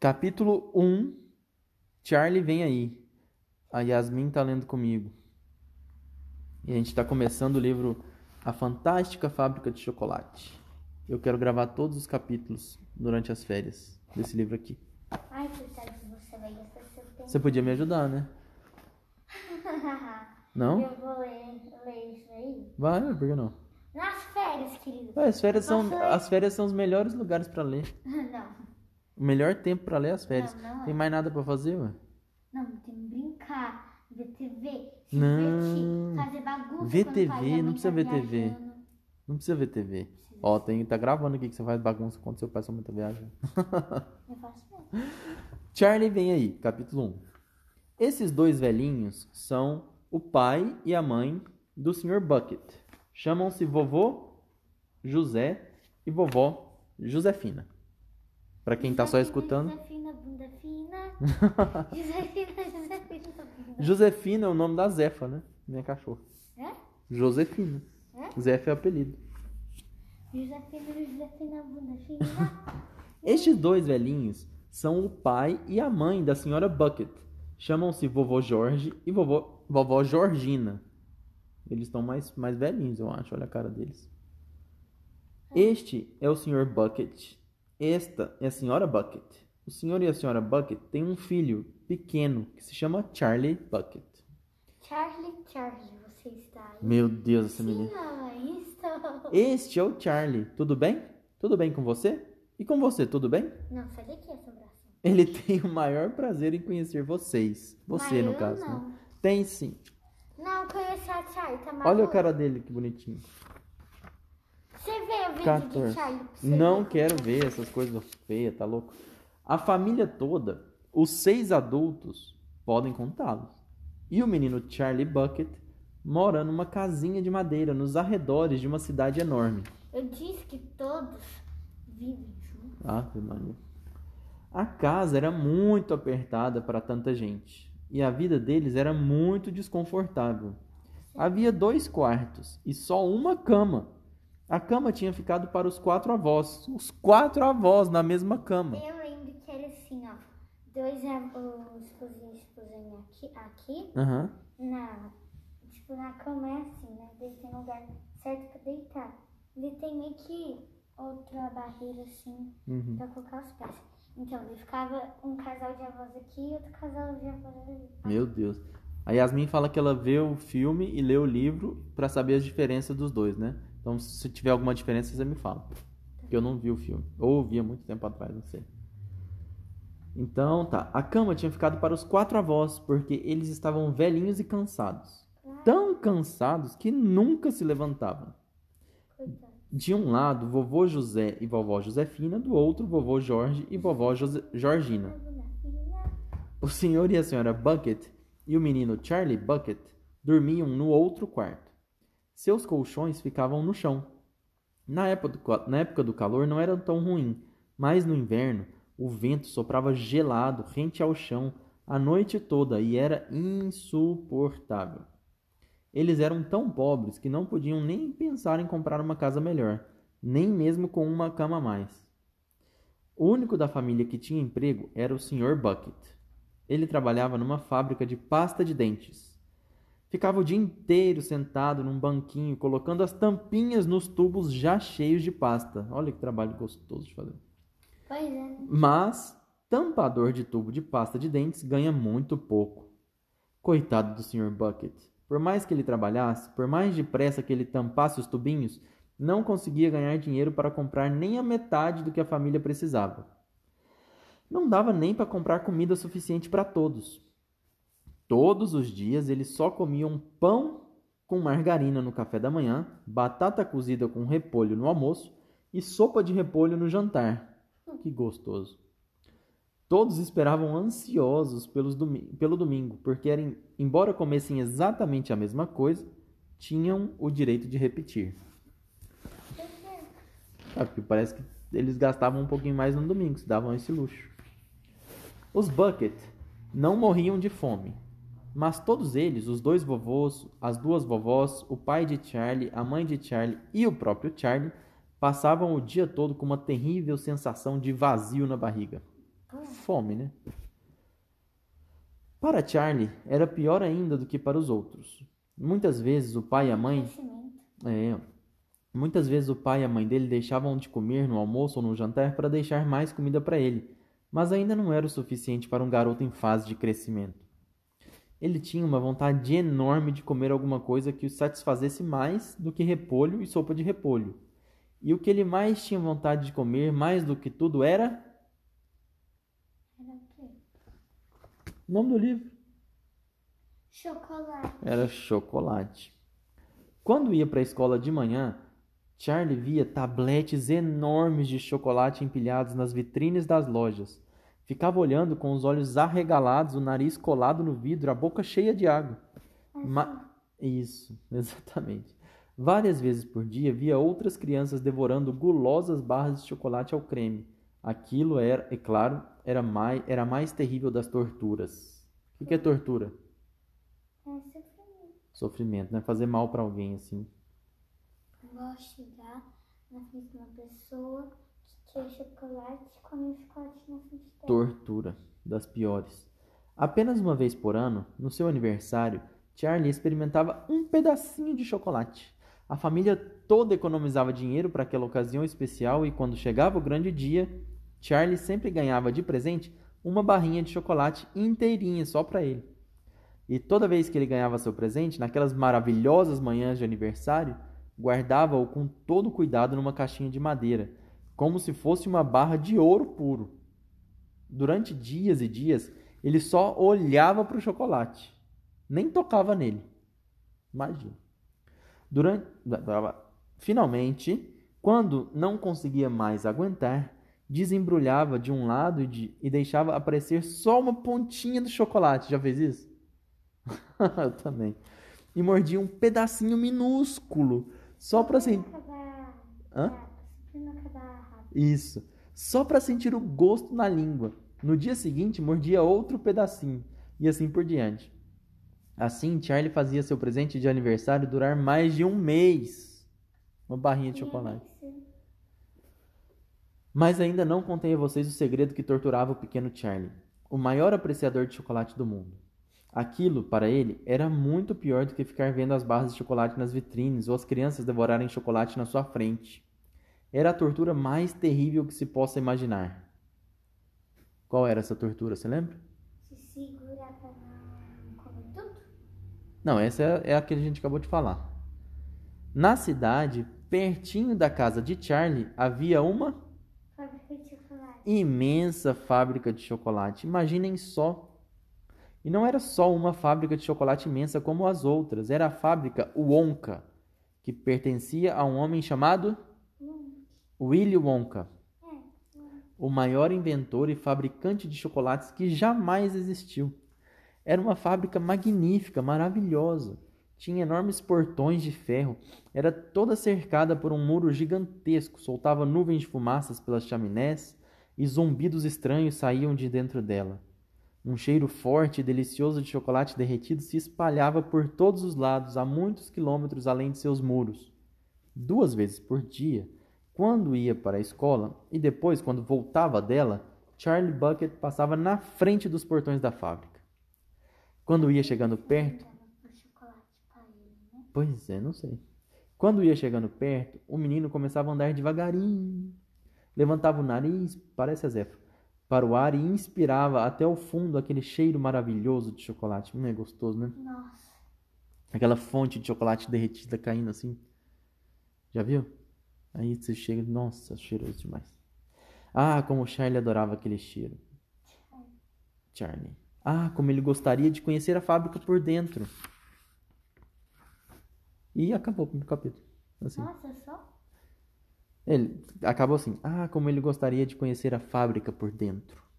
Capítulo 1, Charlie vem aí. A Yasmin tá lendo comigo. E a gente tá começando o livro A Fantástica Fábrica de Chocolate. Eu quero gravar todos os capítulos durante as férias desse livro aqui. Ai, coitado, você vai gastar seu tempo. Você podia me ajudar, né? Não? Eu vou ler isso aí. Vai, por que não? Nas férias, querido. As férias Posso ler? as férias são os melhores lugares pra ler. Não. O melhor tempo pra ler é as férias. Não é. Tem mais nada pra fazer, ué? Não, tem que brincar, ver TV, se Não. divertir, fazer bagunça. Ver quando o pai e a TV, mãe não precisa tá ver TV. viajando. Não precisa ver TV. Ó, tá gravando aqui que você faz bagunça quando seu pai e sua mãe tá viajando. Eu faço mesmo. Charlie vem aí, capítulo 1. Esses dois velhinhos são o pai e a mãe do Sr. Bucket. Chamam-se vovô José e vovó Josefina. Pra quem tá só escutando. Josefina, bunda fina. Josefina, bunda. Josefina é o nome da Zefa, né? Minha cachorra. É? Josefina. É? Zefa é o apelido. Josefina, bunda fina. Estes dois velhinhos são o pai e a mãe da senhora Bucket. Chamam-se vovô Jorge e vovó Georgina. Eles estão mais velhinhos, eu acho. Olha a cara deles. Este é o Sr. Bucket. Esta é a senhora Bucket. O senhor e a senhora Bucket têm um filho pequeno que se chama Charlie Bucket. Charlie, você está aí? Meu Deus, essa Sim, menina. mamãe, estou. Este é o Charlie. Tudo bem? Tudo bem com você? E com você, tudo bem? Não, sai daqui, assombração. Ele tem o maior prazer em conhecer vocês. Você, Mas no eu caso, não. né? Tem sim. Não, conheci a Charlie, tá maluco? Olha a cara dele, que bonitinho. Você vê o vídeo 14. de Charlie? pra você Não ver quero como ver essas coisas feias, tá louco? A família toda, os 6 adultos, podem contá-los. E o menino Charlie Bucket mora numa casinha de madeira nos arredores de uma cidade enorme. Eu disse que todos vivem juntos. Ave Maria. A casa era muito apertada para tanta gente e a vida deles era muito desconfortável. Havia 2 quartos e só uma cama. A cama tinha ficado para os 4 avós. Os 4 avós na mesma cama. Eu lembro que era assim, ó. 2 esposinhos aqui. Aham. Na cama é assim, né? Daí tem um lugar certo pra deitar. Ele tem meio que outra barreira assim pra colocar os pés. Então, ele ficava um casal de avós aqui e outro casal de avós ali. Meu Deus. A Yasmin fala que ela vê o filme e lê o livro para saber as diferenças dos dois, né? Então, se tiver alguma diferença, você me fala. Porque eu não vi o filme. Ou vi há muito tempo atrás, não sei. Então, tá. A cama tinha ficado para os 4 avós, porque eles estavam velhinhos e cansados. Tão cansados que nunca se levantavam. Coitado. De um lado, vovô José e vovó Josefina, do outro, vovô Jorge e vovó Georgina. O senhor e a senhora Bucket e o menino Charlie Bucket dormiam no outro quarto. Seus colchões ficavam no chão. Na época do calor não era tão ruim, mas no inverno o vento soprava gelado rente ao chão a noite toda e era insuportável. Eles eram tão pobres que não podiam nem pensar em comprar uma casa melhor, nem mesmo com uma cama a mais. O único da família que tinha emprego era o Sr. Bucket. Ele trabalhava numa fábrica de pasta de dentes. Ficava o dia inteiro sentado num banquinho, colocando as tampinhas nos tubos já cheios de pasta. Olha que trabalho gostoso de fazer. Pois é, né? Mas tampador de tubo de pasta de dentes ganha muito pouco. Coitado do Sr. Bucket. Por mais que ele trabalhasse, por mais depressa que ele tampasse os tubinhos, não conseguia ganhar dinheiro para comprar nem a metade do que a família precisava. Não dava nem para comprar comida suficiente para todos. Todos os dias eles só comiam pão com margarina no café da manhã, batata cozida com repolho no almoço e sopa de repolho no jantar. Que gostoso! Todos esperavam ansiosos pelo domingo, porque, embora comessem exatamente a mesma coisa, tinham o direito de repetir. Porque parece que eles gastavam um pouquinho mais no domingo, se davam esse luxo. Os Bucket não morriam de fome, mas todos eles, os 2 vovôs, as 2 vovós, o pai de Charlie, a mãe de Charlie e o próprio Charlie, passavam o dia todo com uma terrível sensação de vazio na barriga. Fome, né? Para Charlie, era pior ainda do que para os outros. Muitas vezes o pai e a mãe... Muitas vezes o pai e a mãe dele deixavam de comer no almoço ou no jantar para deixar mais comida para ele, mas ainda não era o suficiente para um garoto em fase de crescimento. Ele tinha uma vontade enorme de comer alguma coisa que o satisfazesse mais do que repolho e sopa de repolho. E o que ele mais tinha vontade de comer, mais do que tudo, era... Era o quê? O nome do livro? Chocolate. Era chocolate. Quando ia para a escola de manhã, Charlie via tabletes enormes de chocolate empilhados nas vitrines das lojas. Ficava olhando com os olhos arregalados, o nariz colado no vidro, a boca cheia de água. Isso, exatamente. Várias vezes por dia via outras crianças devorando gulosas barras de chocolate ao creme. Aquilo era, é claro, era a mais terrível das torturas. O que é tortura? É sofrimento. Sofrimento, né? Fazer mal para alguém, assim. Igual chegar na frente de uma pessoa que quer chocolate e comer chocolate na frente dela. Tortura, das piores. Apenas uma vez por ano, no seu aniversário, Charlie experimentava um pedacinho de chocolate. A família toda economizava dinheiro para aquela ocasião especial e quando chegava o grande dia, Charlie sempre ganhava de presente uma barrinha de chocolate inteirinha só para ele. E toda vez que ele ganhava seu presente, naquelas maravilhosas manhãs de aniversário, guardava-o com todo cuidado numa caixinha de madeira, como se fosse uma barra de ouro puro. Durante dias e dias, ele só olhava para o chocolate, nem tocava nele. Imagina. Finalmente, quando não conseguia mais aguentar, desembrulhava de um lado e deixava aparecer só uma pontinha do chocolate. Já fez isso? Eu também. E mordia um pedacinho minúsculo, só para sentir... Isso. Só para sentir o gosto na língua. No dia seguinte, mordia outro pedacinho, e assim por diante. Assim, Charlie fazia seu presente de aniversário durar mais de um mês. Uma barrinha de chocolate. Mas ainda não contei a vocês o segredo que torturava o pequeno Charlie, o maior apreciador de chocolate do mundo. Aquilo, para ele, era muito pior do que ficar vendo as barras de chocolate nas vitrines ou as crianças devorarem chocolate na sua frente. Era a tortura mais terrível que se possa imaginar. Qual era essa tortura, você lembra? Se segurar para não comer tudo? Não, essa é a que a gente acabou de falar. Na cidade, pertinho da casa de Charlie, havia uma Fábrica de chocolate. Imensa fábrica de chocolate. Imaginem só. E não era só uma fábrica de chocolate imensa como as outras. Era a fábrica Wonka, que pertencia a um homem chamado Willy Wonka, o maior inventor e fabricante de chocolates que jamais existiu. Era uma fábrica magnífica, maravilhosa. Tinha enormes portões de ferro. Era toda cercada por um muro gigantesco. Soltava nuvens de fumaças pelas chaminés e zumbidos estranhos saíam de dentro dela. Um cheiro forte e delicioso de chocolate derretido se espalhava por todos os lados, a muitos quilômetros além de seus muros. 2 vezes por dia, quando ia para a escola e depois, quando voltava dela, Charlie Bucket passava na frente dos portões da fábrica. Quando ia chegando perto... Pois é, não sei. Quando ia chegando perto, o menino começava a andar devagarinho. Levantava o nariz, parece a Zéfiro, para o ar e inspirava até o fundo aquele cheiro maravilhoso de chocolate. É gostoso, né? Nossa. Aquela fonte de chocolate derretida caindo assim. Já viu? Aí você chega, nossa, cheiroso demais. Ah, como o Charlie adorava aquele cheiro. Charlie. Ah, como ele gostaria de conhecer a fábrica por dentro. E acabou o capítulo. Assim. Nossa, só? Ele acabou assim. Ah, como ele gostaria de conhecer a fábrica por dentro.